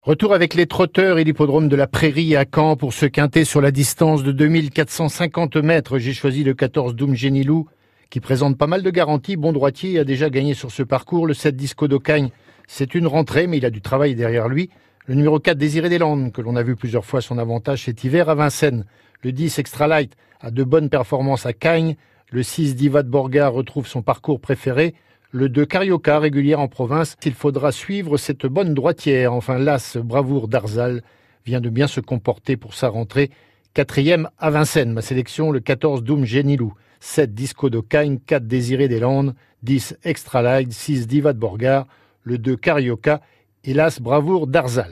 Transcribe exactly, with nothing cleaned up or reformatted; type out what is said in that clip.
Retour avec les trotteurs et l'hippodrome de la Prairie à Caen pour se quinter sur la distance de deux mille quatre cent cinquante mètres. J'ai choisi le quatorze Doom Genilou qui présente pas mal de garanties. Bon droitier, a déjà gagné sur ce parcours. Le sept Disco d'Ocagne, c'est une rentrée, mais il a du travail derrière lui. Le numéro quatre Désiré des Landes, que l'on a vu plusieurs fois son avantage cet hiver à Vincennes. Le dix Extra Light a de bonnes performances à Cagnes. Le six Diva de Borga retrouve son parcours préféré. Le deux Carioca, régulière en province. Il faudra suivre cette bonne droitière. Enfin, l'As Bravoure d'Arzal vient de bien se comporter pour sa rentrée. Quatrième à Vincennes. Ma sélection, le quatorze Doom Genilou. sept Disco d'Ocagne, quatre Désiré des Landes, dix Extra Light, six Diva de Borgard, le deux Carioca et l'As Bravoure d'Arzal.